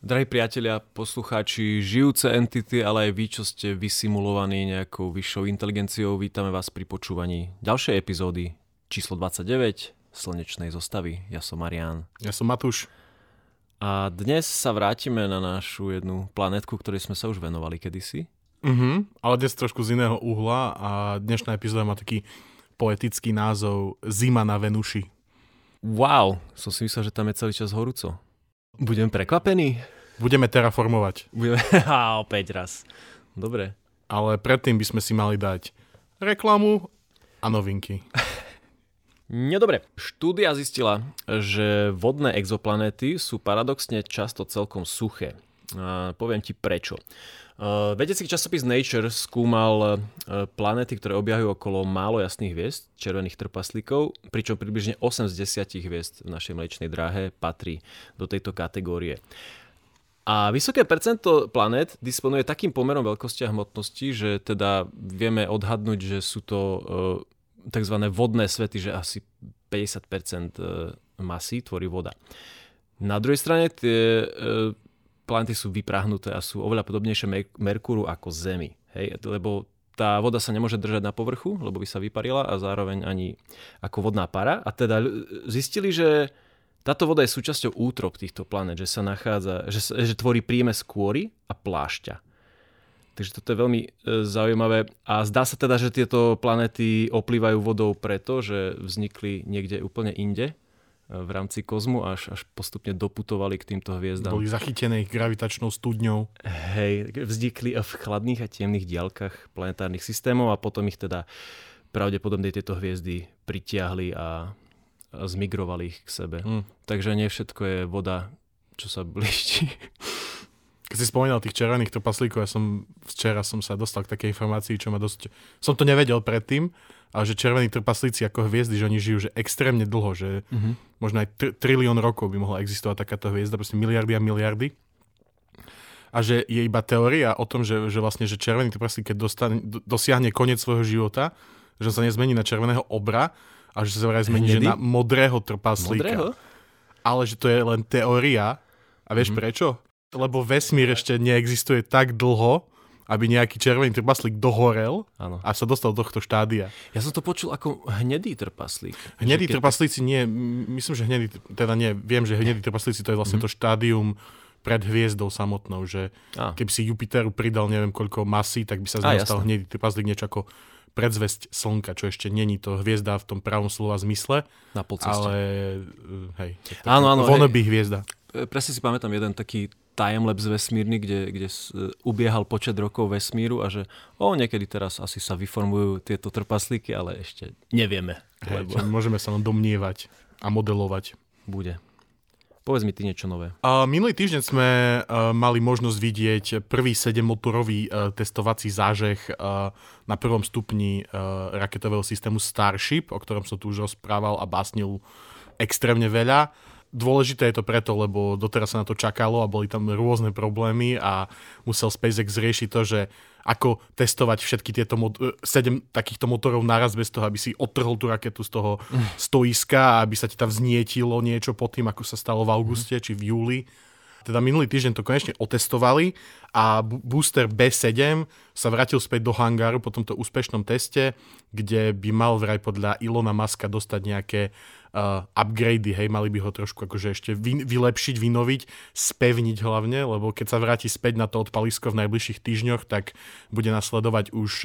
Drahí priatelia, poslucháči, žijúce entity, ale aj vy, čo ste vysimulovaní nejakou vyššou inteligenciou, vítame vás pri počúvaní ďalšej epizódy číslo 29 Slnečnej zostavy. Ja som Marián. Ja som Matúš. A dnes sa vrátime na našu jednu planetku, ktorej sme sa už venovali kedysi. Ale dnes trošku z iného uhla a dnešná epizóda má taký poetický názov Zima na Venuši. Wow, som si myslel, že tam je celý čas horúco. Budem prekvapený. Budeme terraformovať. Opäť raz. Dobre. Ale predtým by sme si mali dať reklamu a novinky. No dobre. Štúdia zistila, že vodné exoplanéty sú paradoxne často celkom suché. Poviem ti prečo. Vedecký časopis Nature skúmal planéty, ktoré objahujú okolo málo jasných hviezd, červených trpaslíkov, pričom približne 8 z 10 hviezd v našej Mliečnej dráhe patrí do tejto kategórie. A vysoké percento planét disponuje takým pomerom veľkosti a hmotnosti, že teda vieme odhadnúť, že sú to tzv. Vodné svety, že asi 50% masy tvorí voda. Na druhej strane tie planéty sú vypráhnuté a sú oveľa podobnejšie Merkúru ako Zemi. Hej? Lebo tá voda sa nemôže držať na povrchu, lebo by sa vyparila a zároveň ani ako vodná para. A teda zistili, že táto voda je súčasťou útrop týchto planét, že sa nachádza, že tvorí prímes kôry a plášťa. Takže toto je veľmi zaujímavé. A zdá sa teda, že tieto planéty oplývajú vodou preto, že vznikli niekde úplne inde v rámci kozmu, až postupne doputovali k týmto hviezdám. Boli zachytené ich gravitačnou studňou. Hej, vznikli v chladných a temných diaľkach planetárnych systémov a potom ich teda pravdepodobne tieto hviezdy pritiahli a zmigrovali ich k sebe. Takže nie všetko je voda, čo sa blíšti. Keď si spomínal tých červených trpaslíkov, včera som sa dostal k takej informácii, čo ma dosť... Som to nevedel predtým, ale že červení trpaslíci ako hviezdy, že oni žijú že extrémne dlho, že možno aj trilión rokov by mohla existovať takáto hviezda, proste miliardy a miliardy. A že je iba teória o tom, že vlastne že červený trpaslík, keď dosiahne koniec svojho života, že sa nezmení na červeného obra, a že sa vraj zmení že na modrého trpaslíka. Modrého? Ale že to je len teória. A vieš prečo? Lebo vesmír ešte neexistuje tak dlho, aby nejaký červený trpaslík dohorel a sa dostal do tohto štádia. Ja som to počul ako hnedý trpaslík. Hnedý trpaslíci nie, myslím, že viem, že hnedý trpaslíci to je vlastne to štádium pred hviezdou samotnou, že keby si Jupiteru pridal neviem koľko masy, tak by sa z neho stal hnedý trpaslík niečo ako predzvesť Slnka, čo ešte není to hviezda v tom pravom slova zmysle. Na polceste. Ale hej. Áno, wannabe hviezda. Presne si pamätám jeden taký timelapse vesmírny, kde ubiehal počet rokov vesmíru a že niekedy teraz asi sa vyformujú tieto trpaslíky, ale ešte nevieme. Hej, môžeme sa len domnievať a modelovať. Bude. Povedz mi ty niečo nové. Minulý týždeň sme mali možnosť vidieť prvý 7-motorový testovací zážeh na prvom stupni raketového systému Starship, o ktorom som tu už rozprával a básnil extrémne veľa. Dôležité je to preto, lebo doteraz sa na to čakalo a boli tam rôzne problémy a musel SpaceX riešiť to, že ako testovať všetky tieto 7 takýchto motorov naraz bez toho, aby si odtrhol tú raketu z toho stoiska a aby sa ti tam vznietilo niečo pod tým, ako sa stalo v auguste či v júli. Teda minulý týždeň to konečne otestovali a booster B7 sa vrátil späť do hangáru po tomto úspešnom teste, kde by mal vraj podľa Ilona Muska dostať nejaké upgrady, hej, mali by ho trošku akože ešte vylepšiť, vynoviť, spevniť hlavne, lebo keď sa vráti späť na to odpalisko v najbližších týždňoch, tak bude nasledovať už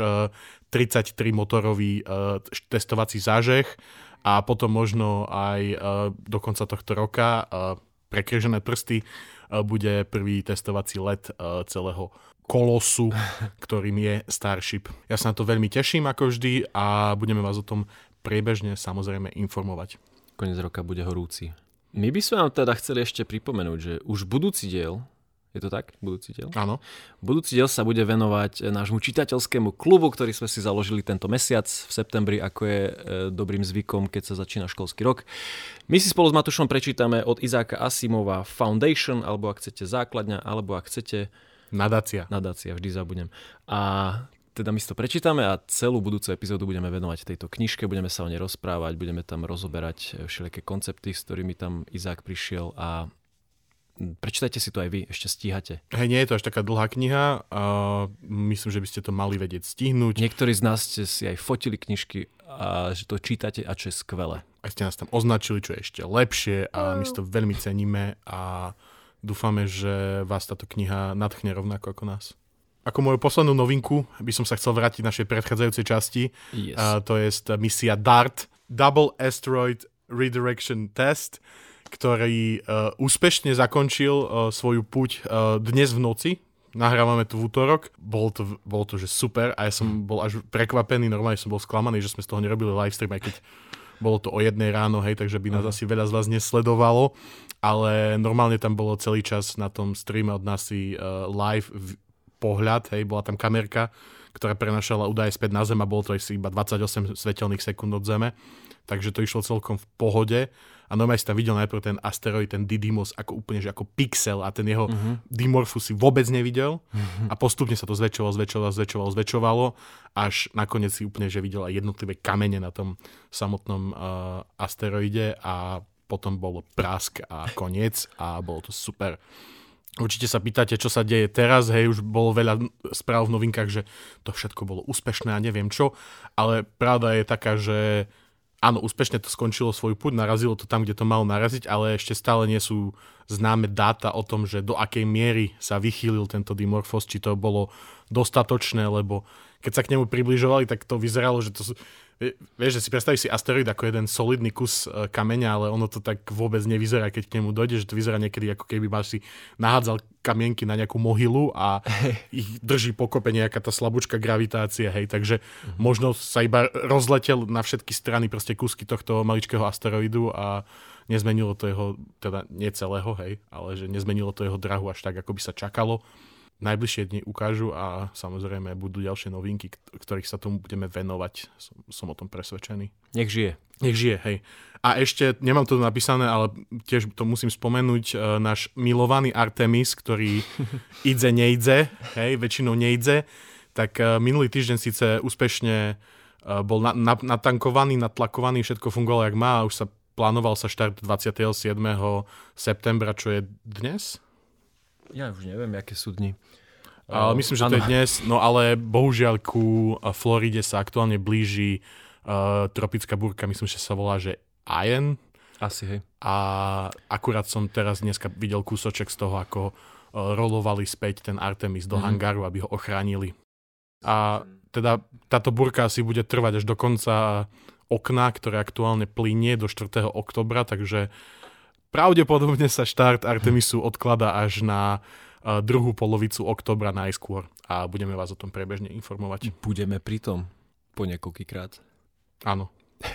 33 motorový testovací zážeh a potom možno aj do konca tohto roka prekrižené prsty bude prvý testovací let celého kolosu, ktorým je Starship. Ja sa na to veľmi teším ako vždy a budeme vás o tom priebežne samozrejme informovať. Koniec roka bude horúci. My by sme vám teda chceli ešte pripomenúť, že už budúci diel, je to tak? Budúci diel? Áno. Budúci diel sa bude venovať nášmu čitateľskému klubu, ktorý sme si založili tento mesiac v septembri, ako je dobrým zvykom, keď sa začína školský rok. My si spolu s Matúšom prečítame od Izáka Asimova Foundation, alebo ak chcete základňa, alebo ak chcete... Nadácia, vždy zabudnem. A teda my si to prečítame a celú budúcu epizódu budeme venovať tejto knižke, budeme sa o nej rozprávať, budeme tam rozoberať všelijaké koncepty, s ktorými tam Izák prišiel a Prečítajte si to aj vy, ešte stíhate. Hej, nie je to až taká dlhá kniha. Myslím, že by ste to mali vedieť stihnúť. Niektorí z nás ste si aj fotili knižky a že to čítate a čo je skvelé. A ste nás tam označili, čo je ešte lepšie a my si to veľmi ceníme a dúfame, že vás táto kniha nadchne rovnako ako nás. Ako moju poslednú novinku by som sa chcel vrátiť našej predchádzajúcej časti. Yes. To je misia DART, Double Asteroid Redirection Test, ktorý úspešne zakončil svoju puť dnes v noci. Nahrávame tu v útorok. Bolo to že super a ja som bol až prekvapený, normálne som bol sklamaný, že sme z toho nerobili livestream, aj keď bolo to o 1 ráno, hej, takže by nás asi veľa z vás nesledovalo, ale normálne tam bolo celý čas na tom streame od nás live pohľad, hej, bola tam kamerka, ktorá prenašala údaje späť na Zem a bolo to asi iba 28 svetelných sekúnd od Zeme, takže to išlo celkom v pohode a normálne si tam videl najprv ten asteroid, ten Didymos ako úplne, že ako pixel a ten jeho dimorfus si vôbec nevidel a postupne sa to zväčšovalo, až nakoniec si úplne, že videl aj jednotlivé kamene na tom samotnom asteroide a potom bolo prask a koniec a bolo to super. Určite sa pýtate, čo sa deje teraz, hej, už bolo veľa správ v novinkách, že to všetko bolo úspešné a neviem čo, ale pravda je taká, že áno, úspešne to skončilo svoj púť, narazilo to tam, kde to malo naraziť, ale ešte stále nie sú známe dáta o tom, že do akej miery sa vychýlil tento dimorfos, či to bolo dostatočné, lebo keď sa k nemu približovali, tak to vyzeralo, že to sú... Vieš, že si predstavíš si asteroid ako jeden solidný kus kameňa, ale ono to tak vôbec nevyzerá, keď k nemu dojde, že to vyzerá niekedy ako keby máš si nahádzal kamienky na nejakú mohylu a ich drží pokope nejaká tá slabúčka gravitácia, hej, takže možno sa iba rozletel na všetky strany proste kúsky tohto maličkého asteroidu a nezmenilo to jeho, teda nie celého, hej, ale že nezmenilo to jeho drahu až tak, ako by sa čakalo. Najbližšie dni ukážu a samozrejme budú ďalšie novinky, ktorých sa tomu budeme venovať. Som o tom presvedčený. Nech žije. Nech žije, hej. A ešte, nemám to napísané, ale tiež to musím spomenúť, náš milovaný Artemis, ktorý nejdze, hej, väčšinou nejdze, tak minulý týždeň síce úspešne bol natankovaný, natlakovaný, všetko fungovalo jak má a už sa plánoval sa štart 27. septembra, čo je dnes? Ja už neviem, aké sú dni. Myslím, že to je dnes, no ale bohužiaľ ku Floride sa aktuálne blíži tropická búrka, myslím, že sa volá, že Ian. Asi, hej. A akurát som teraz dneska videl kúsoček z toho, ako rolovali späť ten Artemis do hangáru, aby ho ochránili. A teda táto búrka asi bude trvať až do konca okna, ktoré aktuálne plynie do 4. oktobra, takže pravdepodobne sa štart Artemisu odkladá až na druhú polovicu októbra najskôr a budeme vás o tom prebežne informovať. Budeme pri tom po niekoľkýkrát. Áno.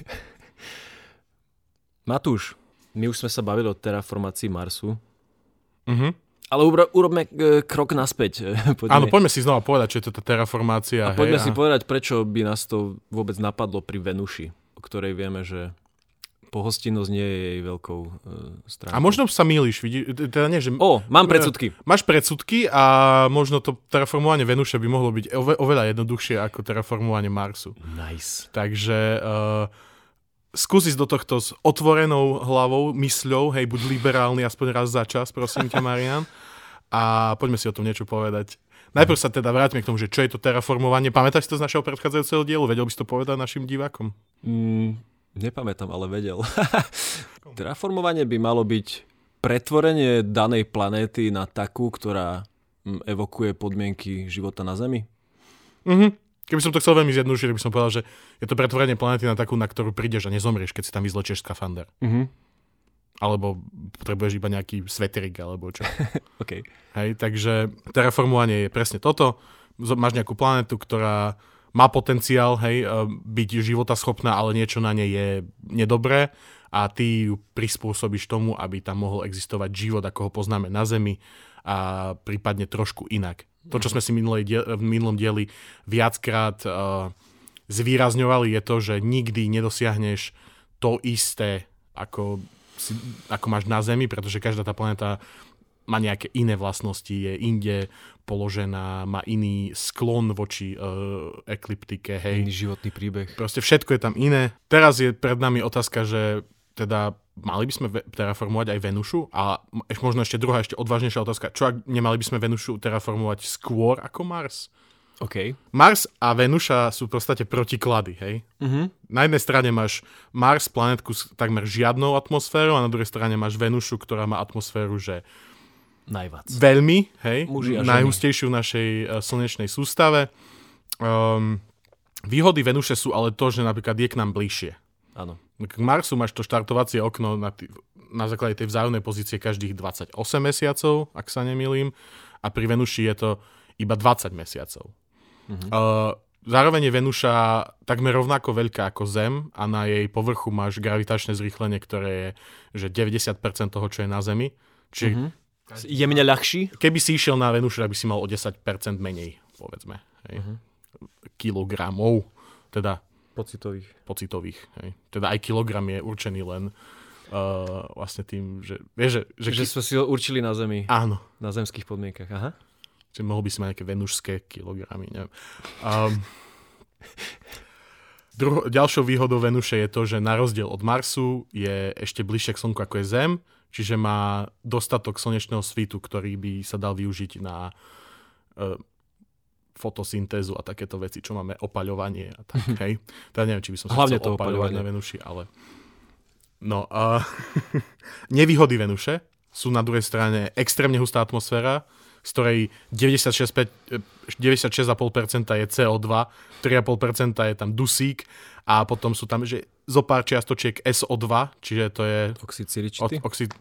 Matúš, my už sme sa bavili o terraformácii Marsu, Ale urobme krok naspäť. Áno, poďme si znova povedať, čo je to tá terraformácia. A poďme si povedať, prečo by nás to vôbec napadlo pri Venuši, o ktorej vieme, že pohostinnosť nie je jej veľkou stránkou. A možno sa mýliš, teda nie, že... Mám predsudky. Máš predsudky a možno to terraformovanie Venuše by mohlo byť oveľa jednoduchšie ako terraformovanie Marsu. Nice. Takže skúsiť do tohto s otvorenou hlavou, mysľou, hej, buď liberálny aspoň raz za čas, prosím ťa, Marián. A poďme si o tom niečo povedať. Najprv sa teda vráťme k tomu, že čo je to terraformovanie. Pamätáš si to z našeho predchádzajúceho dielu? Vedel by si to povedať našim divákom? Nepamätám, ale vedel. Terraformovanie by malo byť pretvorenie danej planéty na takú, ktorá evokuje podmienky života na Zemi. Keby som to chcel veľmi zjednodušiť, by som povedal, že je to pretvorenie planéty na takú, na ktorú prídeš a nezomrieš, keď si tam vyzlečieš skafander. Alebo potrebuješ iba nejaký sveterik, alebo čo. Okay. Hej, takže terraformovanie je presne toto. Máš nejakú planetu, ktorá má potenciál, hej, byť životaschopná, ale niečo na nej je nedobré a ty ju prispôsobíš tomu, aby tam mohol existovať život, ako ho poznáme na Zemi a prípadne trošku inak. To, čo sme si v minulom dieli viackrát zvýrazňovali, je to, že nikdy nedosiahneš to isté, ako máš na Zemi, pretože každá tá planéta má nejaké iné vlastnosti, je inde položená, má iný sklon voči ekliptike, hej. Iný životný príbeh. Proste všetko je tam iné. Teraz je pred nami otázka, že teda mali by sme terraformovať aj Venušu? A možno ešte druhá, ešte odvážnejšia otázka. Čo ak nemali by sme Venušu terraformovať skôr ako Mars? OK. Mars a Venuša sú v podstate protiklady, hej? Na jednej strane máš Mars, planetku s takmer žiadnou atmosférou a na druhej strane máš Venušu, ktorá má atmosféru, že najviac. Veľmi, hej? Najhustejšiu v našej slnečnej sústave. Výhody Venuše sú ale to, že napríklad je k nám bližšie. Áno. K Marsu máš to štartovacie okno na základe tej vzájomnej pozície každých 28 mesiacov, ak sa nemýlim, a pri Venuši je to iba 20 mesiacov. Zároveň je Venuša takmer rovnako veľká ako Zem a na jej povrchu máš gravitačné zrýchlenie, ktoré je že 90% toho, čo je na Zemi. Čiže jemne ľahší? Keby si išiel na Venušu, tak by si mal o 10% menej, povedzme. Hej. Kilogramov, teda pocitových. Hej. Teda aj kilogram je určený len vlastne tým, že vieš, že sme si ho určili na Zemi. Áno. Na zemských podmienkach, aha. Čiže mohol by si mať nejaké venušské kilogramy, neviem. Ďalšou výhodou Venuše je to, že na rozdiel od Marsu je ešte bližšie k Slnku ako je Zem, čiže má dostatok slnečného svitu, ktorý by sa dal využiť na fotosyntézu a takéto veci, čo máme opaľovanie a tak, hej. Teda neviem, či by som sa chcel opaľovať na Venuši, ale... No, nevýhody Venuše sú na druhej strane extrémne hustá atmosféra, z ktorej 96,5% je CO2, 3,5% je tam dusík a potom sú tam že zo pár čiastočiek SO2, čiže to je... Oxid siričitý?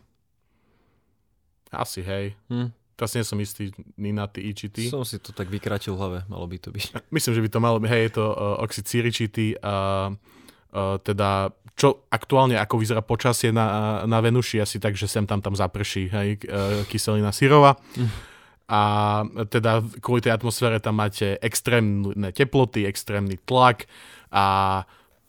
Asi, hej. Teraz nie som istý, ninaty, ičitý. Som si to tak vykratil v hlave, malo by to byť. Myslím, že by to malo byť, hej, je to oxid siričitý a teda, čo aktuálne, ako vyzerá počasie na Venuši, asi tak, že sem tam zaprší, hej, kyselina syrová. A teda kvôli tej atmosfére tam máte extrémne teploty, extrémny tlak a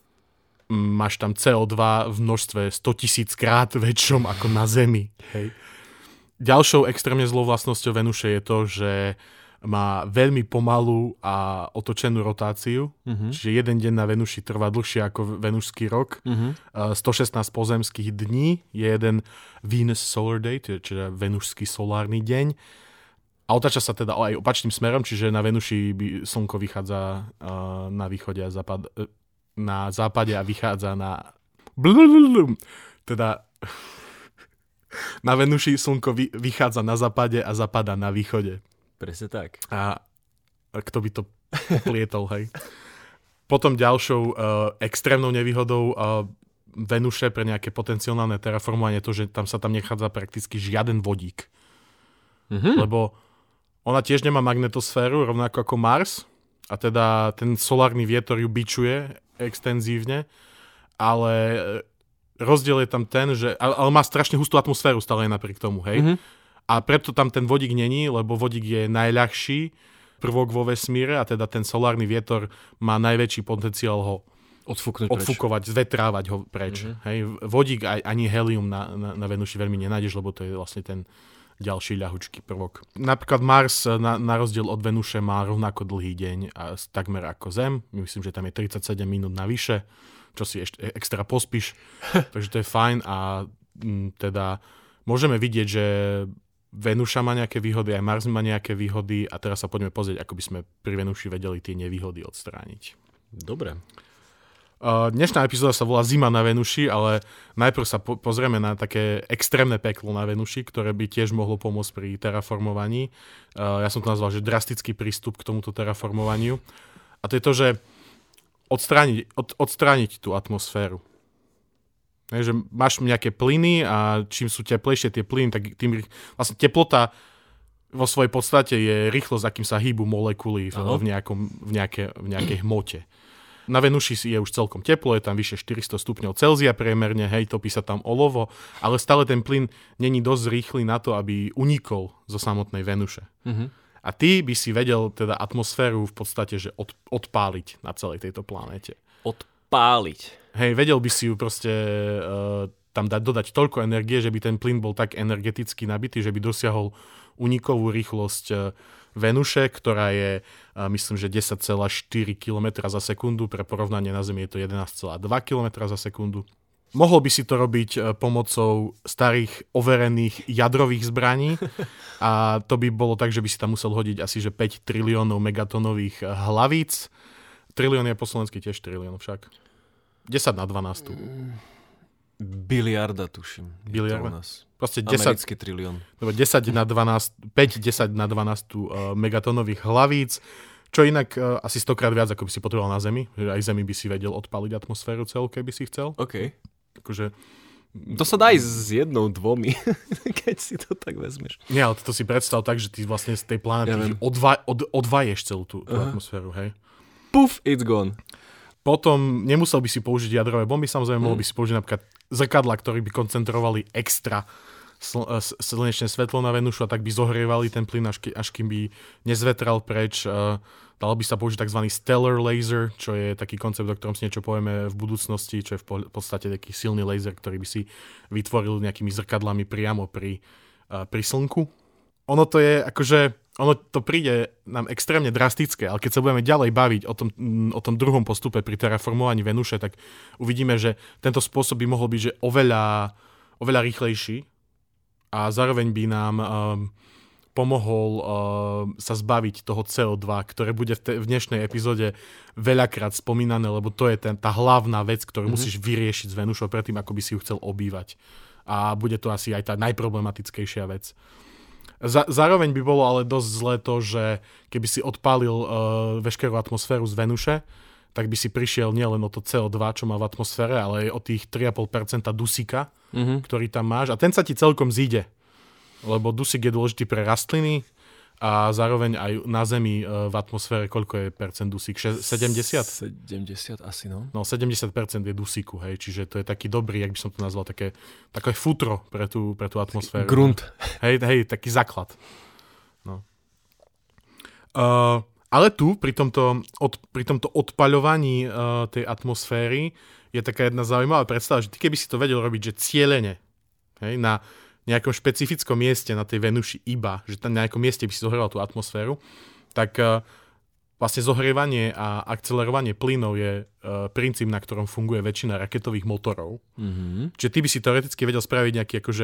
máš tam CO2 v množstve 100 000 krát väčšom ako na Zemi, hej. Ďalšou extrémne zlou vlastnosťou Venuše je to, že má veľmi pomalú a otočenú rotáciu. Čiže jeden deň na Venuši trvá dlhšie ako venušský rok. 116 pozemských dní je jeden Venus Solar Day, čiže venušský solárny deň. A otáča sa teda aj opačným smerom, čiže na Venuši slnko vychádza na východe a na západe a vychádza na... Teda... Na Venuši slnko vychádza na západe a zapadá na východe. Presne tak. A kto by to poplietol, hej. Potom ďalšou extrémnou nevýhodou Venuše pre nejaké potenciálne terraformovanie to, že tam sa nechádza prakticky žiaden vodík. Lebo ona tiež nemá magnetosféru, rovnako ako Mars. A teda ten solárny vietor ju bičuje extenzívne. Ale... rozdiel je tam ten, že... Ale má strašne hustú atmosféru stále napriek tomu, hej? A preto tam ten vodík není, lebo vodík je najľahší prvok vo vesmíre a teda ten solárny vietor má najväčší potenciál ho odfúkovať, zvetrávať ho preč. Hej? Vodík ani helium na Venuši veľmi nenájdeš, lebo to je vlastne ten ďalší ľahučký prvok. Napríklad Mars na rozdiel od Venuše má rovnako dlhý deň a takmer ako Zem. Myslím, že tam je 37 minút navyše, čo si ešte extra pospíš. Takže to je fajn a teda môžeme vidieť, že Venuša má nejaké výhody, aj Mars má nejaké výhody a teraz sa poďme pozrieť, ako by sme pri Venuši vedeli tie nevýhody odstrániť. Dobre. Dnešná epizóda sa volá Zima na Venuši, ale najprv sa pozrieme na také extrémne peklo na Venuši, ktoré by tiež mohlo pomôcť pri terraformovaní. Ja som to nazval, že drastický prístup k tomuto terraformovaniu. A to je to, že odstrániť tú atmosféru. Že máš nejaké plyny a čím sú teplejšie tie plyny, tak tým vlastne teplota vo svojej podstate je rýchlosť, akým sa hýbu molekuly v nejakej hmote. Na Venuši je už celkom teplo, je tam vyše 400 stupňov Celzia priemerne, hej, topí sa tam olovo, ale stále ten plyn není dosť rýchly na to, aby unikol zo samotnej Venuše. A ty by si vedel teda atmosféru v podstate, že odpáliť na celej tejto planéte. Odpáliť. Hej, vedel by si ju proste tam dodať toľko energie, že by ten plyn bol tak energeticky nabitý, že by dosiahol unikovú rýchlosť Venuše, ktorá je, myslím, že 10,4 km za sekundu. Pre porovnanie na Zemi je to 11,2 km za sekundu. Mohol by si to robiť pomocou starých overených jadrových zbraní a to by bolo tak, že by si tam musel hodiť asi že 5 triliónov megatónových hlavíc. Trilión je po slovensky tiež trilión však. 10 na 12. Biliarda, tuším. Biliarda? Proste 10, americký trilión. 10 na 12, 5-10 na 12 megatónových hlavíc, čo inak asi 100-krát viac, ako by si potreboval na Zemi. Že aj Zemi by si vedel odpaliť atmosféru celú, keby si chcel. OK. Akože... To sa dá aj s jednou, dvomi, keď si to tak vezmeš. Nie, ale to si predstav tak, že ty vlastne z tej planéty odvaješ celú tú atmosféru, hej. Puf, it's gone. Potom nemusel by si použiť jadrové bomby, samozrejme mohol by si použiť napríklad zrkadla, ktorí by koncentrovali extra slnečné svetlo na Venušu a tak by zohrievali ten plyn, až kým by nezvetral preč. Dalo by sa použiť tzv. Stellar laser, čo je taký koncept, o ktorom si niečo povieme v budúcnosti, čo je v podstate taký silný laser, ktorý by si vytvoril nejakými zrkadlami priamo pri Slnku. Ono to je akože, ono to príde nám extrémne drastické, ale keď sa budeme ďalej baviť o tom druhom postupe pri terraformovaní Venuše, tak uvidíme, že tento spôsob by mohol byť že oveľa rýchlejší a zároveň by nám pomohol sa zbaviť toho CO2, ktoré bude v dnešnej epizóde veľakrát spomínané, lebo to je tá hlavná vec, ktorú musíš vyriešiť s Venušou predtým, ako by si ju chcel obývať. A bude to asi aj tá najproblematickejšia vec. Zároveň by bolo ale dosť zlé to, že keby si odpálil veškerú atmosféru z Venuše, tak by si prišiel nielen o to CO2, čo má v atmosfére, ale aj o tých 3,5% dusíka, ktorý tam máš. A ten sa ti celkom zíde, lebo dusík je dôležitý pre rastliny a zároveň aj na Zemi v atmosfére koľko je percent dusík? 70? 70 asi, no. No, 70% je dusíku, hej, čiže to je taký dobrý, jak by som to nazval, také futro pre tú atmosféru. Grunt. Hej, taký základ. No. Ale tu, pri tomto odpaľovaní tej atmosféry je taká jedna zaujímavá predstava, že ty keby si to vedel robiť, že cieľene, hej, na nejakom špecifickom mieste na tej Venuši iba, že tam na nejakom mieste by si zohrieval tú atmosféru, tak vlastne zohrievanie a akcelerovanie plynov je princíp, na ktorom funguje väčšina raketových motorov. Čiže ty by si teoreticky vedel spraviť nejaký akože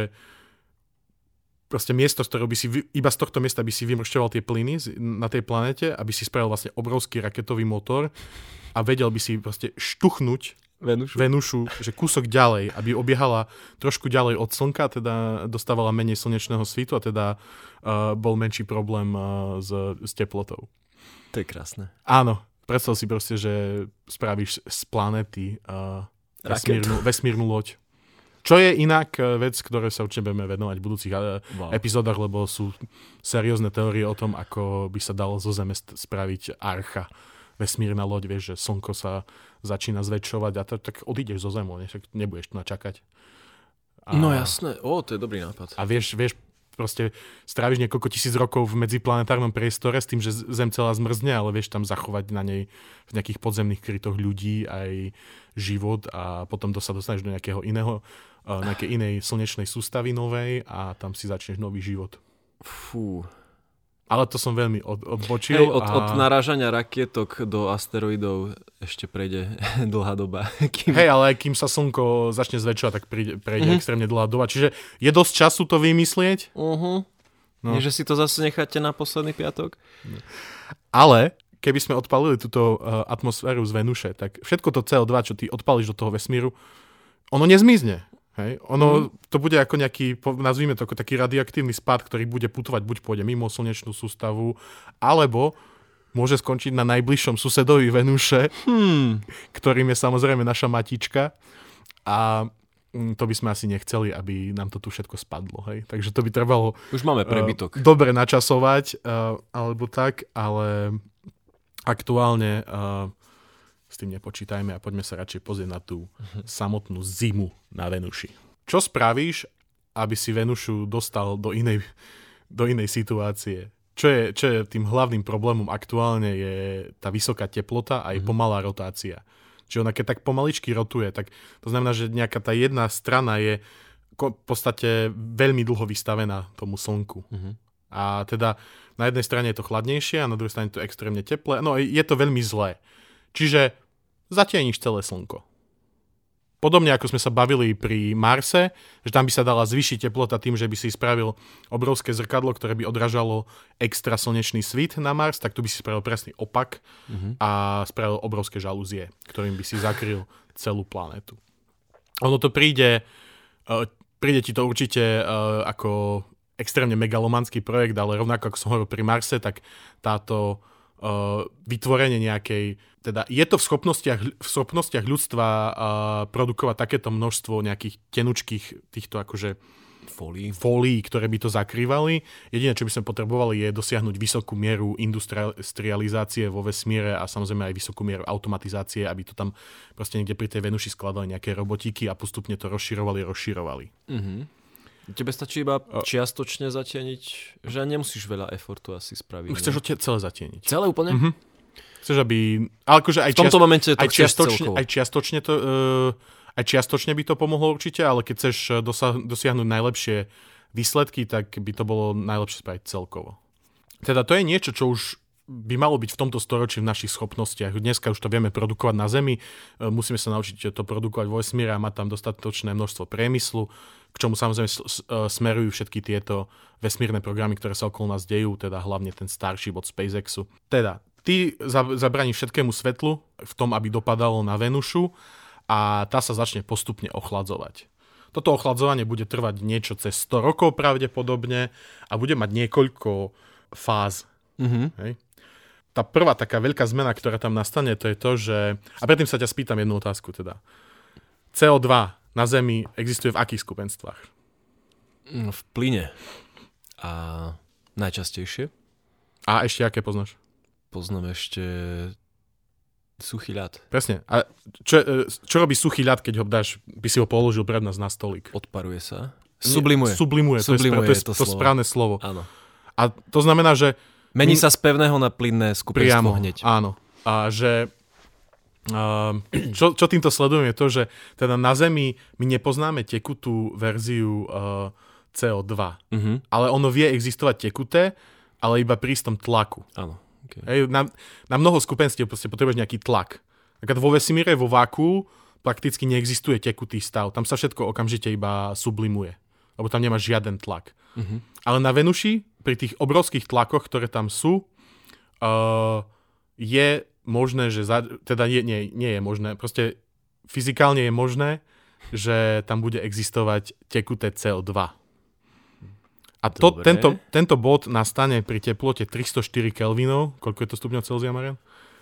proste miesto, z ktorého by si iba z tohto miesta by si vymršťoval tie plyny na tej planete, aby si spravil vlastne obrovský raketový motor a vedel by si proste štuchnúť Venušu, že kúsok ďalej, aby obiehala trošku ďalej od Slnka, teda dostávala menej slnečného svitu a teda bol menší problém s teplotou. To je krásne. Áno, predstav si proste, že spravíš z planéty vesmírnu loď. Čo je inak vec, ktoré sa určite budeme venovať v budúcich epizódach, lebo sú seriózne teórie o tom, ako by sa dalo zo Zeme spraviť archa. Vesmírna loď, vieš, že Slnko sa začína zväčšovať a tak odídeš zo Zemu, však nebudeš tu načakať. No jasné, to je dobrý nápad. A vieš, proste stráviš niekoľko tisíc rokov v medziplanetárnom priestore s tým, že Zem celá zmrzne, ale vieš tam zachovať na nej v nejakých podzemných krytoch ľudí aj život a potom sa dostaneš do nejakej inej slnečnej sústavy novej a tam si začneš nový život. Fú. Ale to som veľmi odbočil. Hej, od narážania rakietok do asteroidov ešte prejde dlhá doba. Hej, ale aj kým sa Slnko začne zväčšovať, tak prejde extrémne dlhá doba. Čiže je dosť času to vymyslieť. No. Nie, že si to zase necháte na posledný piatok? Ale keby sme odpalili túto atmosféru z Venuše, tak všetko to CO2, čo ty odpalíš do toho vesmíru, ono nezmizne. Hej. Ono to bude ako nejaký, nazvime to ako taký radioaktívny spád, ktorý bude putovať, buď pôjde mimo slnečnú sústavu, alebo môže skončiť na najbližšom susedovi Venuše, ktorým je samozrejme naša matička. A to by sme asi nechceli, aby nám to tu všetko spadlo. Hej. Takže to by trebalo už máme prebytok. Dobre načasovať, alebo tak, ale aktuálne s tým nepočítajme a poďme sa radšej pozrieť na tú samotnú zimu na Venuši. Čo spravíš, aby si Venušu dostal do inej situácie? Čo je tým hlavným problémom aktuálne je tá vysoká teplota a aj pomalá rotácia. Čiže ona keď tak pomaličky rotuje, tak to znamená, že nejaká tá jedna strana je v podstate veľmi dlho vystavená tomu Slnku. A teda na jednej strane je to chladnejšie a na druhej strane je to extrémne teplé. No je to veľmi zlé. Čiže zatieníš celé Slnko. podobne ako sme sa bavili pri Marse, že tam by sa dala zvýšiť teplota tým, že by si spravil obrovské zrkadlo, ktoré by odrážalo extra slnečný svit na Mars, tak tu by si spravil presný opak a spravil obrovské žalúzie, ktorým by si zakryl celú planetu. Ono to príde ti to určite ako extrémne megalomanský projekt, ale rovnako ako som hovoril pri Marse, tak táto vytvorenie nejakej, teda je to v schopnostiach ľudstva produkovať takéto množstvo nejakých tenučkých týchto akože fólií, ktoré by to zakrývali. Jediné, čo by sme potrebovali, je dosiahnuť vysokú mieru industrializácie vo vesmíre a samozrejme aj vysokú mieru automatizácie, aby to tam proste niekde pri tej Venuši skladali nejaké robotíky a postupne to rozširovali. Tebe stačí iba čiastočne zatieniť, že nemusíš veľa efortu asi spraviť. Chceš ho celé zatieniť. Celé úplne? Chceš, aby... Ale akože aj v tomto momente to chceš celkovo. Aj čiastočne by to pomohlo určite, ale keď chceš dosiahnuť najlepšie výsledky, tak by to bolo najlepšie spraviť celkovo. Teda to je niečo, čo už by malo byť v tomto storočí v našich schopnostiach. Dneska už to vieme produkovať na Zemi, musíme sa naučiť to produkovať vo vesmíre a mať tam dostatočné množstvo priemyslu, k čomu samozrejme smerujú všetky tieto vesmírne programy, ktoré sa okolo nás dejú, teda hlavne ten Starship od SpaceXu. Teda, ty zabraníš všetkému svetlu v tom, aby dopadalo na Venušu a tá sa začne postupne ochladzovať. Toto ochladzovanie bude trvať niečo cez 100 rokov pravdepodobne a bude mať niekoľko fáz. Hej? Tá prvá taká veľká zmena, ktorá tam nastane, to je to, že... A predtým sa ťa spýtam jednu otázku teda. CO2 na Zemi existuje v akých skupenstvách? V plyne. A najčastejšie? A ešte aké poznáš? Poznám ešte suchý ľad. Presne. A čo robí suchý ľad, keď ho dáš, by si ho položil pred nás na stolík? Odparuje sa. Sublimuje. Sublimuje. To je to správne slovo. Áno. A to znamená, že... Mení sa z pevného na plynné skupenstvo hneď. Áno. A že... Čo týmto sledujem je to, že teda na Zemi my nepoznáme tekutú verziu CO2. Ale ono vie existovať tekuté, ale iba pri istom tlaku. Áno. Okay. Hej, na mnoho skupenstiev potrebuješ nejaký tlak. Keď vo vesmíre, vo váku prakticky neexistuje tekutý stav. Tam sa všetko okamžite iba sublimuje. Lebo tam nemáš žiaden tlak. Ale na Venuši, pri tých obrovských tlakoch, ktoré tam sú, je možné, že... Teda nie je možné. Proste fyzikálne je možné, že tam bude existovať tekuté CO2. A tento bod nastane pri teplote 304 Kelvinov. Koľko je to stupňov Celzia, Marian?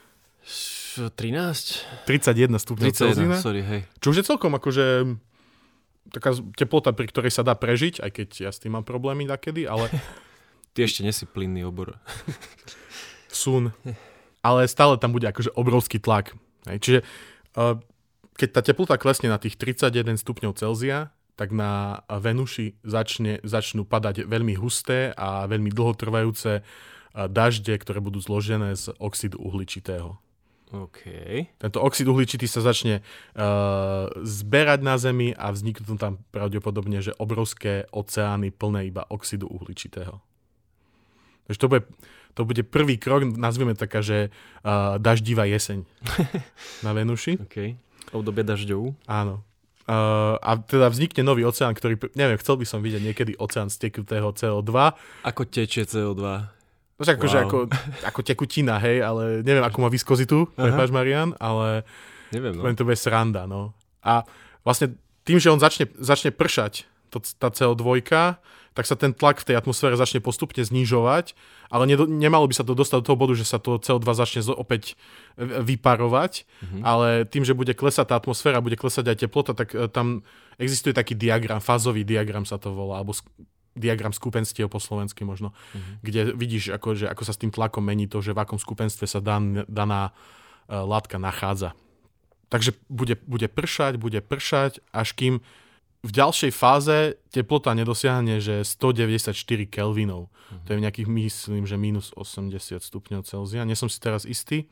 13? 31 stupňov Celzia. Sorry, hej. Čo už je celkom akože taká teplota, pri ktorej sa dá prežiť, aj keď ja s tým mám problémy nakedy, ale... Ty ešte nesi plynný obor. Sun. Ale stále tam bude akože obrovský tlak. Čiže keď tá teplota klesne na tých 31 stupňov Celzia, tak na Venuši začnú padať veľmi husté a veľmi dlhotrvajúce dažde, ktoré budú zložené z oxidu uhličitého. Okay. Tento oxid uhličitý sa začne zberať na Zemi a vzniknú tam pravdepodobne, že obrovské oceány plné iba oxidu uhličitého. Takže to bude prvý krok, nazvime taká, že daždivá jeseň na Venuši. Okay. Obdobie dažďov. Áno. A teda vznikne nový oceán, ktorý, neviem, chcel by som vidieť niekedy oceán z tekutého CO2. Ako tečie CO2? No však akože ako tekutina, hej, ale neviem, akú má viskozitu, prepáč Marian, ale neviem, no. Len to bude sranda, no. A vlastne tým, že on začne pršať, tá CO2, tak sa ten tlak v tej atmosfére začne postupne znižovať, ale nemalo by sa to dostať do toho bodu, že sa to CO2 začne opäť vyparovať, ale tým, že bude klesať tá atmosféra, bude klesať aj teplota, tak tam existuje taký diagram, fázový diagram sa to volá, alebo diagram skupenstiev po slovensky možno, kde vidíš, ako sa s tým tlakom mení to, že v akom skupenstve sa daná látka nachádza. Takže bude pršať, až kým v ďalšej fáze teplota nedosiahne, že 194 Kelvinov. To je nejakých, myslím, že minus 80 stupňov Celzia. Nie som si teraz istý.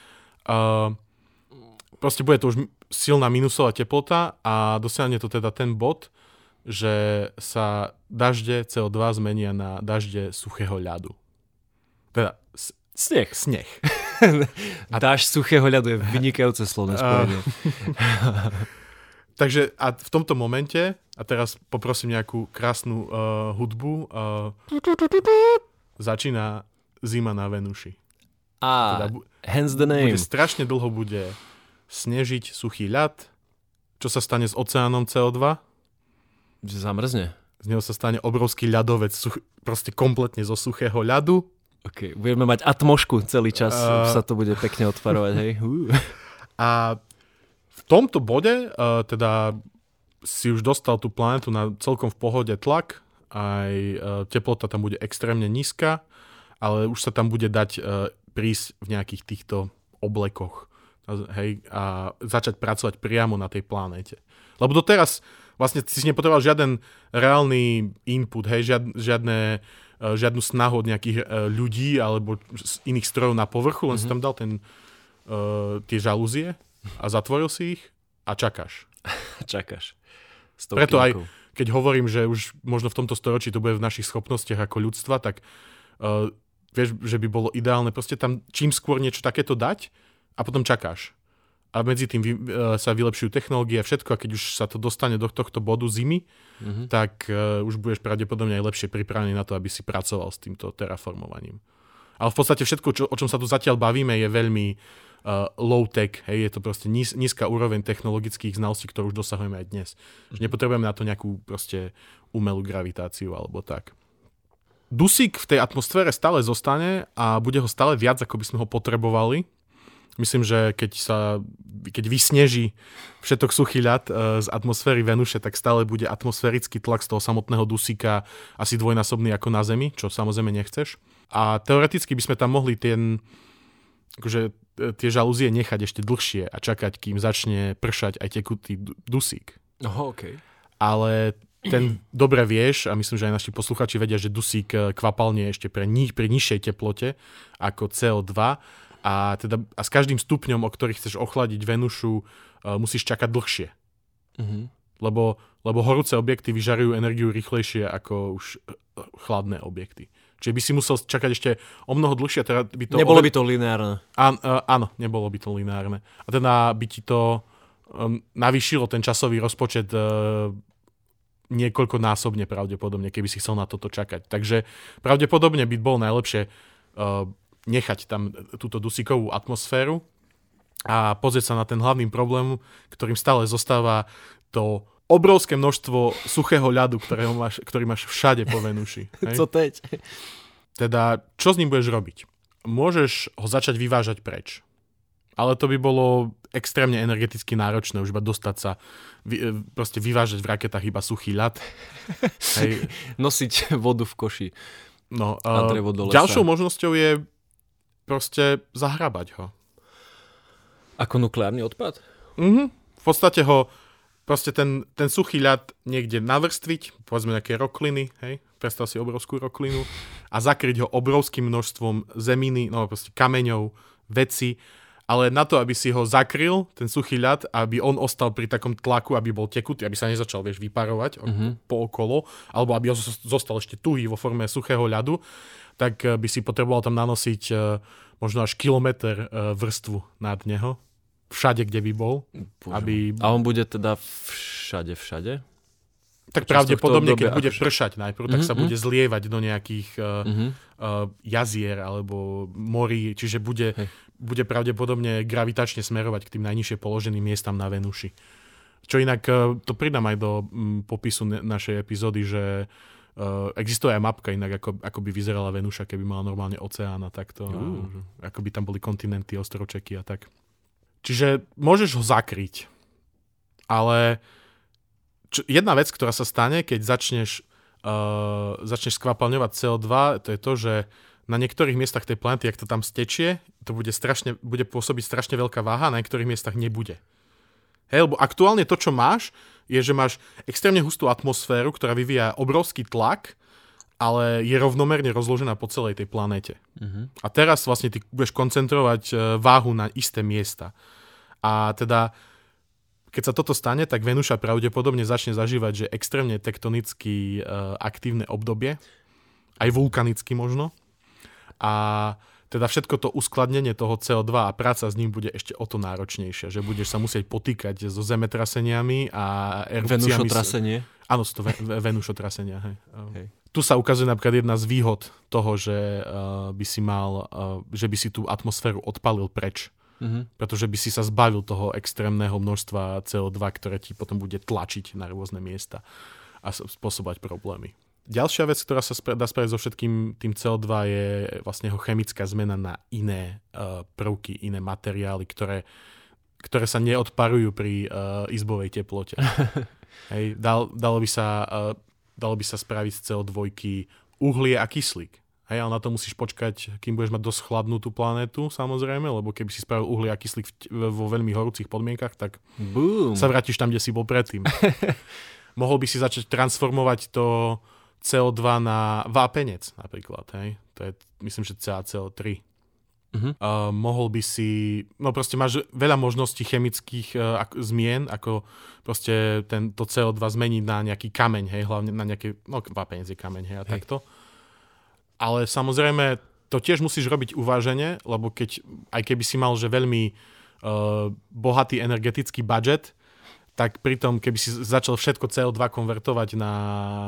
Proste bude to už silná minusová teplota a dosiahne to teda ten bod, že sa dažde CO2 zmenia na dažde suchého ľadu. Teda sneh. A dáž suchého ľadu je vynikajúce slovné spojenie. Takže a v tomto momente, a teraz poprosím nejakú krásnu hudbu, začína zima na Venuši. Teda hence the name. Strašne dlho bude snežiť suchý ľad. Čo sa stane s oceánom CO2? Že zamrzne. Z neho sa stane obrovský ľadovec, proste kompletne zo suchého ľadu. OK, budeme mať atmošku celý čas, sa to bude pekne otvarovať, hej. A v tomto bode teda si už dostal tú planetu na celkom v pohode tlak, aj teplota tam bude extrémne nízka, ale už sa tam bude dať prísť v nejakých týchto oblekoch, hej, a začať pracovať priamo na tej planéte. Lebo doteraz vlastne si nepotreboval žiaden reálny input, hej, žiadnu snahu od nejakých ľudí alebo z iných strojov na povrchu, len si tam dal tie žalúzie a zatvoril si ich a čakáš. Čakáš. Preto aj, keď hovorím, že už možno v tomto storočí to bude v našich schopnostiach ako ľudstva, tak vieš, že by bolo ideálne proste tam čím skôr niečo takéto dať a potom čakáš. A medzi tým sa vylepšujú technológie a všetko, a keď už sa to dostane do tohto bodu zimy, tak už budeš pravdepodobne aj lepšie pripravený na to, aby si pracoval s týmto terraformovaním. Ale v podstate všetko, o čom sa tu zatiaľ bavíme, je veľmi low-tech, hej, je to proste nízka úroveň technologických znalostí, ktorú už dosahujeme aj dnes. Že nepotrebujeme na to nejakú proste umelú gravitáciu alebo tak. Dusík v tej atmosfére stále zostane a bude ho stále viac, ako by sme ho potrebovali. Myslím, že keď vysneží všetok suchý ľad z atmosféry Venuše, tak stále bude atmosférický tlak z toho samotného dusíka asi dvojnásobný ako na Zemi, čo samozrejme nechceš. A teoreticky by sme tam mohli tie žalúzie nechať ešte dlhšie a čakať, kým začne pršať aj tekutý dusík. Okay. Ale dobre vieš, a myslím, že aj naši posluchači vedia, že dusík kvapalne ešte pri nižšej teplote ako CO2 a s každým stupňom, o ktorých chceš ochladiť Venušu, musíš čakať dlhšie. Lebo horúce objekty vyžarujú energiu rýchlejšie ako už chladné objekty. Čiže by si musel čakať ešte o mnoho dlhšie. Teda by to nebolo by to lineárne. Áno, nebolo by to lineárne. A teda by ti to navýšilo ten časový rozpočet niekoľkonásobne pravdepodobne, keby si chcel na toto čakať. Takže pravdepodobne by bolo najlepšie nechať tam túto dusíkovú atmosféru a pozrieť sa na ten hlavný problém, ktorým stále zostáva to obrovské množstvo suchého ľadu, ktorý máš všade po Venuši. Co teď? Teda, čo s ním budeš robiť? Môžeš ho začať vyvážať preč. Ale to by bolo extrémne energeticky náročné, už iba dostať sa, proste vyvážať v raketách iba suchý ľad. Hej. Nosiť vodu v koši. No, ďalšou možnosťou je proste zahrabať ho. Ako nukleárny odpad? V podstate ho proste ten suchý ľad niekde navrstviť, povedzme nejaké rokliny, hej, predstav si obrovskú roklinu a zakryť ho obrovským množstvom zeminy, no proste kameňov, veci, ale na to, aby si ho zakryl, ten suchý ľad, aby on ostal pri takom tlaku, aby bol tekutý, aby sa nezačal, vyparovať pookolo, alebo aby ho zostal ešte tuhý vo forme suchého ľadu, tak by si potreboval tam nanosiť možno až kilometr vrstvu nad neho. Všade, kde by bol. A on bude teda všade? Tak pravdepodobne, keď bude pršať najprv, tak sa bude zlievať do nejakých jazier alebo morí, čiže bude pravdepodobne gravitačne smerovať k tým najnižšie položeným miestam na Venuši. Čo inak, to pridám aj do popisu našej epizódy, že existuje aj mapka inak, ako by vyzerala Venuša, keby mala normálne oceán a takto. Ako by tam boli kontinenty, ostrovčeky a tak. Čiže môžeš ho zakryť. Ale jedna vec, ktorá sa stane, keď začneš skvapalňovať CO2, to je to, že na niektorých miestach tej planety, ak to tam stečie, to bude pôsobiť strašne veľká váha, na niektorých miestach nebude. Hej, lebo aktuálne to, čo máš, je, že máš extrémne hustú atmosféru, ktorá vyvíja obrovský tlak, ale je rovnomerne rozložená po celej tej planéte. A teraz vlastne ty budeš koncentrovať váhu na isté miesta. A teda, keď sa toto stane, tak Venuša pravdepodobne začne zažívať, že extrémne tektonicky aktívne obdobie, aj vulkanicky možno. A teda všetko to uskladnenie toho CO2 a práca s ním bude ešte o to náročnejšia, že budeš sa musieť potýkať so zemetraseniami a erupciami. Venušotrasenie? Áno, sú to venušotrasenia. Hej. Tu sa ukazuje napríklad jedna z výhod toho, že že by si tú atmosféru odpalil preč. Pretože by si sa zbavil toho extrémneho množstva CO2, ktoré ti potom bude tlačiť na rôzne miesta a spôsobovať problémy. Ďalšia vec, ktorá sa dá spraviť so všetkým tým CO2 je vlastne jeho chemická zmena na iné prvky, iné materiály, ktoré sa neodparujú pri izbovej teplote. Hej, dalo by sa spraviť z CO2 uhlie a kyslík. Hej, ale na to musíš počkať, kým budeš mať dosť chladnú tú planétu, samozrejme, lebo keby si spravil uhlie a kyslík vo veľmi horúcich podmienkach, tak sa vrátiš tam, kde si bol predtým. Mohol by si začať transformovať to CO2 na vápenec napríklad, hej. To je, myslím, že CaCO3. Mohol by si, no proste máš veľa možností chemických zmien, ako proste to CO2 zmeniť na nejaký kameň, hej, hlavne na nejaký, no vápenec je kameň, hej, a takto. Ale samozrejme, to tiež musíš robiť uvážene, lebo aj keby si mal, že veľmi bohatý energetický budget, tak pritom, keby si začal všetko CO2 konvertovať na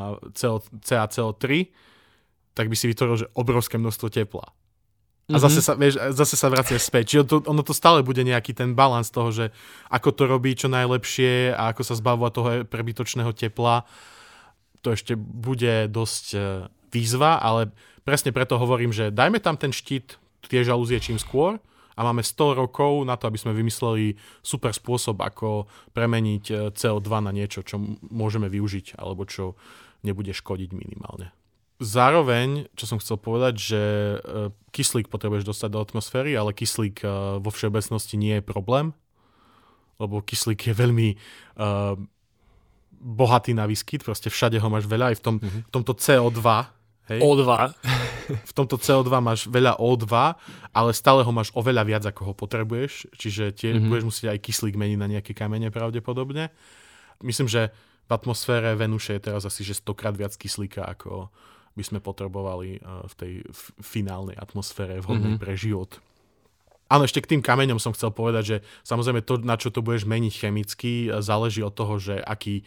CaCO3, tak by si vytvoril, že obrovské množstvo tepla. A zase sa vracia späť. Čiže ono to stále bude nejaký ten balans toho, že ako to robí čo najlepšie a ako sa zbavovať toho prebytočného tepla. To ešte bude dosť výzva, ale presne preto hovorím, že dajme tam ten štít, tie žalúzie čím skôr, a máme 100 rokov na to, aby sme vymysleli super spôsob, ako premeniť CO2 na niečo, čo môžeme využiť, alebo čo nebude škodiť minimálne. Zároveň, čo som chcel povedať, že kyslík potrebuješ dostať do atmosféry, ale kyslík vo všeobecnosti nie je problém, lebo kyslík je veľmi bohatý na výskyt, proste všade ho máš veľa, aj v tomto CO2. Hej. O2. V tomto CO2 máš veľa O2, ale stále ho máš oveľa viac, ako ho potrebuješ, čiže budeš musieť aj kyslík meniť na nejaké kamene pravdepodobne. Myslím, že v atmosfére Venuše je teraz asi že 100-krát viac kyslíka, ako by sme potrebovali v tej finálnej atmosfére vhodnej pre život. Áno, ešte k tým kameňom som chcel povedať, že samozrejme to, na čo to budeš meniť chemicky, záleží od toho, že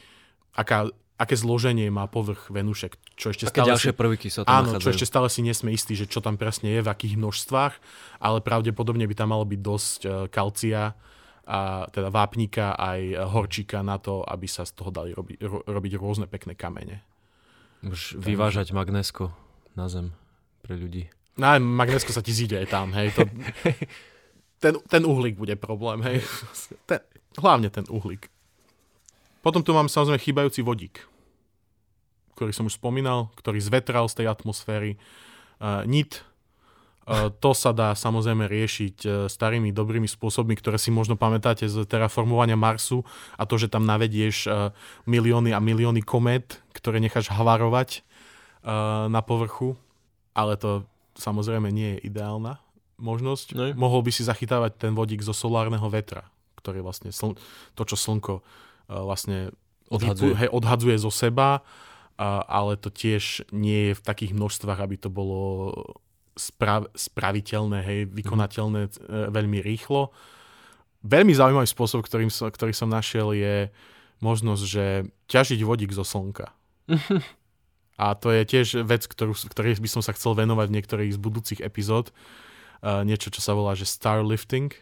aké zloženie má povrch Venuše, čo ešte aké stále ďalšie prvky sa tam nachádzajú. Čo ešte stále si nesme istí, že čo tam presne je, v akých množstvách, ale pravdepodobne by tam malo byť dosť kalcia, a teda vápnika aj horčíka na to, aby sa z toho dali robiť rôzne pekné kamene. Môžeš vyvážať magnésko na zem pre ľudí. No, magnésko sa ti zíde aj tam, hej. Ten uhlík bude problém, hej. Hlavne ten uhlík. Potom tu mám samozrejme chýbajúci vodík, ktorý som už spomínal, ktorý zvetral z tej atmosféry. NIT, to sa dá samozrejme riešiť starými dobrými spôsobmi, ktoré si možno pamätáte z terraformovania Marsu a to, že tam navedieš milióny a milióny komét, ktoré necháš havarovať na povrchu, ale to samozrejme nie je ideálna možnosť. No. Mohol by si zachytávať ten vodík zo solárneho vetra, ktorý vlastne to, čo slnko vlastne odhadzuje zo seba, ale to tiež nie je v takých množstvách, aby to bolo spraviteľné, hej, vykonateľné veľmi rýchlo. Veľmi zaujímavý spôsob, ktorý som našiel, je možnosť, že ťažiť vodík zo slnka. A to je tiež vec, ktorej by som sa chcel venovať v niektorých z budúcich epizód. Niečo, čo sa volá, že star lifting.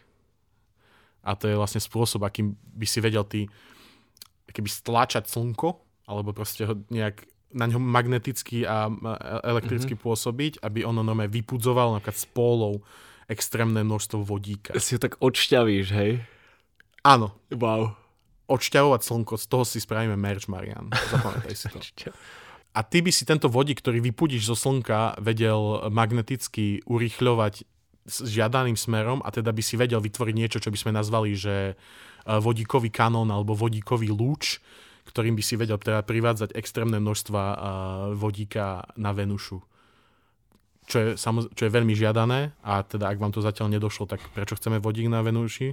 A to je vlastne spôsob, akým by si vedel keby stlačať slnko, alebo proste ho nejak na ňom magneticky a elektricky pôsobiť, aby ono normálne vypudzoval napríklad s pólou extrémne množstvo vodíka. Si ho tak odšťavíš, hej? Áno. Wow. Odšťavovať slnko, z toho si spravíme merch, Marian. Zapamätaj si to. A ty by si tento vodík, ktorý vypudíš zo slnka, vedel magneticky urýchľovať s žiadaným smerom a teda by si vedel vytvoriť niečo, čo by sme nazvali, že vodíkový kanón alebo vodíkový lúč, ktorým by si vedel teda privádzať extrémne množstva vodíka na Venušu. Čo je veľmi žiadané a teda ak vám to zatiaľ nedošlo, tak prečo chceme vodík na Venuši?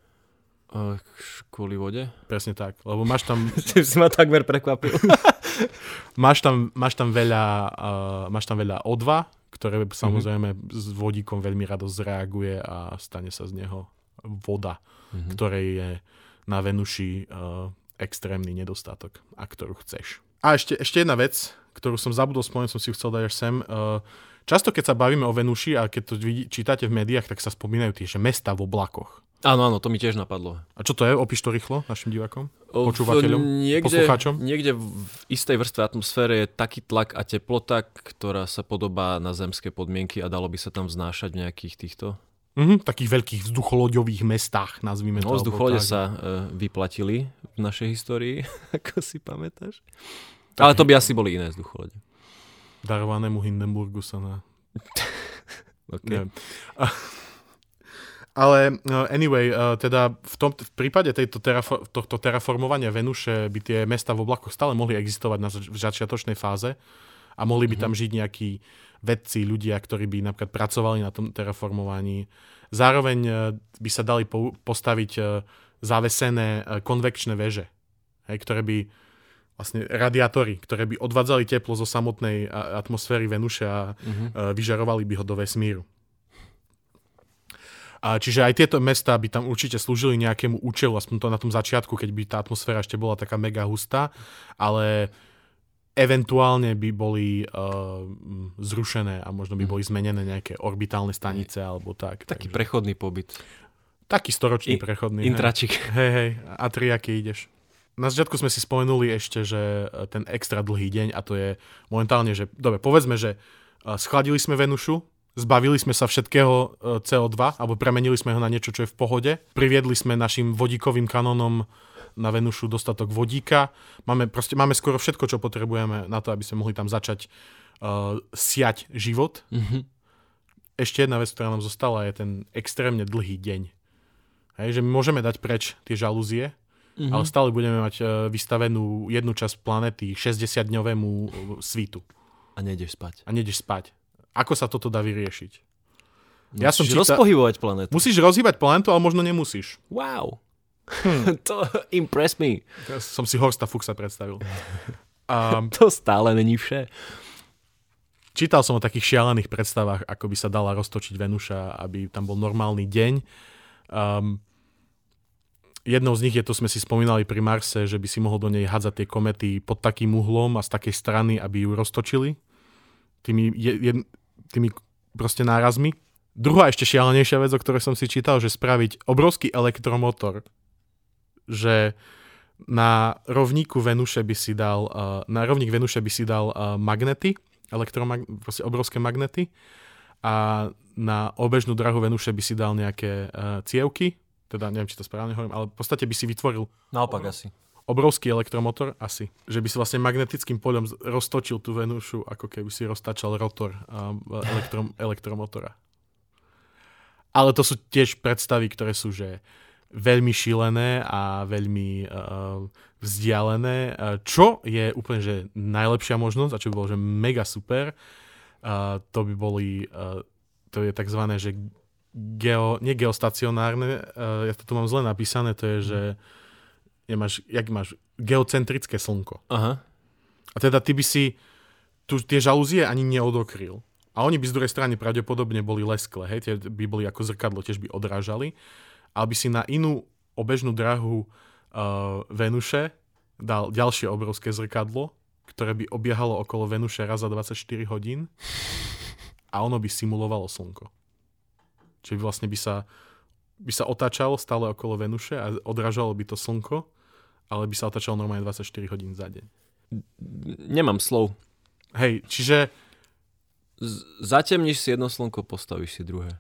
Kvôli vode? Presne tak, lebo máš tam... si ma takmer prekvapil. máš tam veľa O2, ktoré samozrejme s vodíkom veľmi rado zreaguje a stane sa z neho voda, ktorej je na Venuši extrémny nedostatok, a ktorú chceš. A ešte jedna vec, ktorú som zabudol spomenúť, som si ju chcel dať až sem. Často, keď sa bavíme o Venuši a keď to čítate v médiách, tak sa spomínajú tie, že mestá v oblakoch. Áno, to mi tiež napadlo. A čo to je? Opíš to rýchlo našim divákom, počúvateľom, poslucháčom? Niekde v istej vrstve atmosféry je taký tlak a teplota, ktorá sa podobá na zemské podmienky a dalo by sa tam vznášať v nejakých týchto... Takých veľkých vzducholoďových mestách, nazvime to. No, vzducholode sa vyplatili v našej histórii, ako si pamätáš. Ale to by asi boli iné vzducholode. Darovanému Hindenburgu sa na... Okay. Ale anyway, teda v prípade tohto terraformovania Venuše by tie mesta v oblakoch stále mohli existovať v začiatočnej fáze a mohli by tam žiť nejakí vedci, ľudia, ktorí by napríklad pracovali na tom terraformovaní. Zároveň by sa dali postaviť zavesené konvekčné veže, ktoré by vlastne radiátory, ktoré by odvádzali teplo zo samotnej atmosféry Venuše a vyžarovali by ho do vesmíru. Čiže aj tieto mestá by tam určite slúžili nejakému účelu, aspoň to na tom začiatku, keď by tá atmosféra ešte bola taká mega hustá, ale eventuálne by boli zrušené a možno by boli zmenené nejaké orbitálne stanice alebo tak. Taký prechodný pobyt. Taký storočný prechodný. Intračik. Hej, a triaky ideš. Na začiatku sme si spomenuli ešte, že ten extra dlhý deň, a to je momentálne, že dobre, povedzme, že schladili sme Venušu, zbavili sme sa všetkého CO2, alebo premenili sme ho na niečo, čo je v pohode, priviedli sme našim vodíkovým kanónom na Venušu dostatok vodíka, máme skoro všetko, čo potrebujeme na to, aby sme mohli tam začať siať život. Ešte jedna vec, ktorá nám zostala, je ten extrémne dlhý deň. Hej, že my môžeme dať preč tie žalúzie, ale stále budeme mať vystavenú jednu časť planety 60-dňovému svitu. A nejdeš spať. Ako sa toto dá vyriešiť? Musíš rozpohybovať planetu. Musíš rozhýbať planetu, ale možno nemusíš. Wow. To impress me. Ja som si Horsta Fuchsa predstavil. To stále není vše. Čítal som o takých šialených predstavách, ako by sa dala roztočiť Venuša, aby tam bol normálny deň. Jednou z nich je, to sme si spomínali pri Marse, že by si mohol do nej hádzať tie komety pod takým uhlom a z takej strany, aby ju roztočili tými proste nárazmi. Druhá ešte šialenejšia vec, o ktorej som si čítal, že spraviť obrovský elektromotor, že na rovník Venuše by si dal magnety, proste obrovské magnety, a na obežnú drahu Venuše by si dal nejaké cievky, teda neviem, či to správne hovorím, ale v podstate by si vytvoril naopak asi obrovský elektromotor, asi. Že by si vlastne magnetickým poľom roztočil tú Venušu, ako keby si roztačal rotor elektromotora. Ale to sú tiež predstavy, ktoré sú že veľmi šílené a veľmi vzdialené. Čo je úplne že najlepšia možnosť, a čo by bolo že mega super, to by boli, to je takzvané, že nie geostacionárne, ja to tu mám zle napísané, to je, že máš geocentrické slnko. Aha. A teda ty by si tie žalúzie ani neodokryl. A oni by z druhej strany pravdepodobne boli lesklé, hej, tie by boli ako zrkadlo, tiež by odrážali. Ale by si na inú obežnú drahu Venuše dal ďalšie obrovské zrkadlo, ktoré by obiehalo okolo Venuše raz za 24 hodín a ono by simulovalo slnko. Čiže vlastne by sa otáčalo stále okolo Venuše a odrážalo by to slnko, ale by sa otáčalo normálne 24 hodín za deň. Nemám slov. Hej, čiže zatemníš si jedno slnko, postavíš si druhé.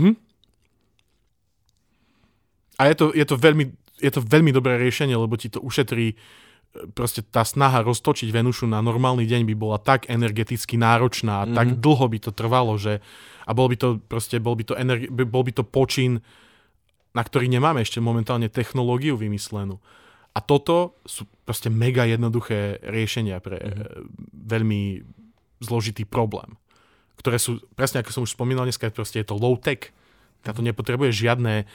A je to veľmi dobré riešenie, lebo ti to ušetrí, proste tá snaha roztočiť Venušu na normálny deň by bola tak energeticky náročná a tak dlho by to trvalo, že a bol by to počin, na ktorý nemáme ešte momentálne technológiu vymyslenú. A toto sú proste mega jednoduché riešenia pre veľmi zložitý problém, ktoré sú, presne ako som už spomínal dneska, proste je to low tech. Táto nepotrebuje žiadne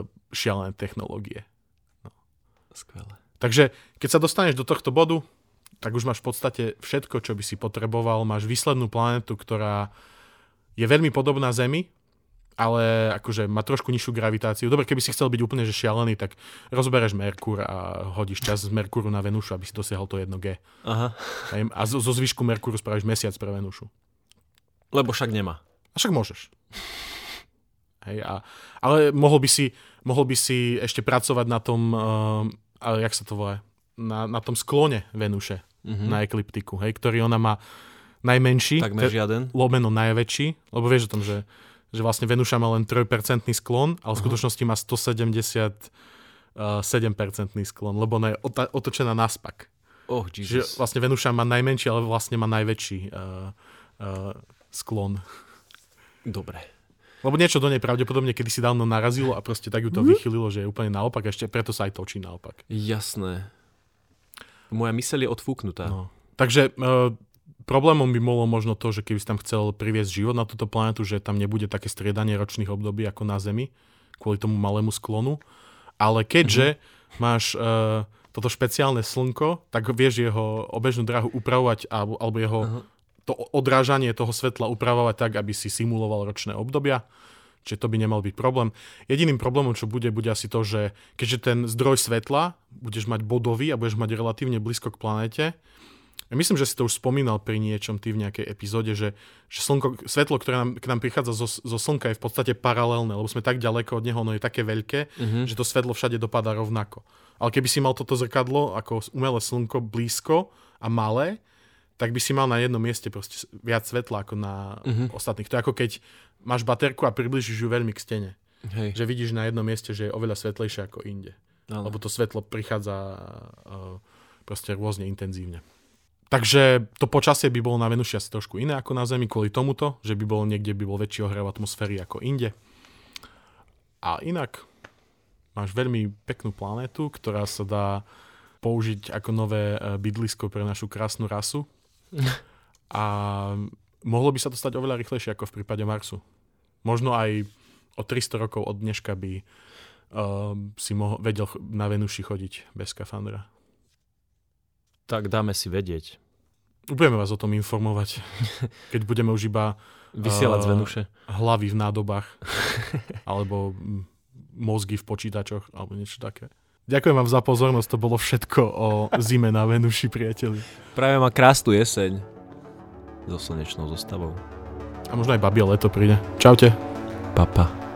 šialené technológie. No. Skvelé. Takže keď sa dostaneš do tohto bodu, tak už máš v podstate všetko, čo by si potreboval. Máš výslednú planetu, ktorá je veľmi podobná Zemi, ale akože má trošku nižšiu gravitáciu. Dobre, keby si chcel byť úplne že šialený, tak rozbereš Merkur a hodíš čas z Merkuru na Venušu, aby si dosiahol to 1G. Aha. A zo zvyšku Merkuru spravíš mesiac pre Venušu. Lebo však nemá. A však môžeš. Ale mohol by si ešte pracovať na tom, jak sa to volá, na tom sklone Venuše, na ekliptiku, ktorý ona má najmenší, takmer žiaden, lomeno najväčší, lebo vieš o tom, že vlastne Venuša má len 3% sklon, ale v skutočnosti má 177% sklon, lebo ona je otočená naspak. Že vlastne Venuša má najmenší, ale vlastne má najväčší sklon. Dobre. Lebo niečo do nej pravdepodobne kedysi dávno narazilo a proste tak ju to vychylilo, že je úplne naopak a ešte preto sa aj točí naopak. Jasné. Moja myseľ je odfúknutá. No. Takže problémom by bolo možno to, že keby si tam chcel priviesť život na túto planetu, že tam nebude také striedanie ročných období ako na Zemi, kvôli tomu malému sklonu. Ale keďže máš toto špeciálne slnko, tak vieš jeho obežnú dráhu upravovať alebo jeho to odrážanie toho svetla upravovať tak, aby si simuloval ročné obdobia. Čiže to by nemal byť problém. Jediným problémom, čo bude asi to, že keďže ten zdroj svetla budeš mať bodový a budeš mať relatívne blízko k planéte. Ja myslím, že si to už spomínal pri niečom ty v nejakej epizóde, že svetlo, ktoré k nám prichádza zo slnka je v podstate paralelné, lebo sme tak ďaleko od neho, ono je také veľké, že to svetlo všade dopadá rovnako. Ale keby si mal toto zrkadlo ako umelé slnko blízko a malé, tak by si mal na jednom mieste proste viac svetla ako na ostatných. To je ako keď máš baterku a priblížiš ju veľmi k stene. Hej. Že vidíš na jednom mieste, že je oveľa svetlejšie ako inde. Ale. Lebo to svetlo prichádza proste rôzne intenzívne. Takže to počasie by bolo na Venuši asi trošku iné ako na Zemi kvôli tomuto, že by bolo niekde, by bol väčší ohrev atmosféry ako inde. A inak máš veľmi peknú planétu, ktorá sa dá použiť ako nové bydlisko pre našu krásnu rasu. A mohlo by sa to stať oveľa rýchlejšie ako v prípade Marsu. Možno aj o 300 rokov od dneška by si vedel na Venuši chodiť bez skafandra. Tak dáme si vedieť. Budeme vás o tom informovať, keď budeme už iba vysielať z Venuše. Hlavy v nádobách alebo mozgy v počítačoch alebo niečo také. Ďakujem vám za pozornosť, to bolo všetko o zime na Venuši, priateli. Práve má krásnu jeseň so slnečnou zostavou. A možno aj babie leto príde. Čaute. Papa.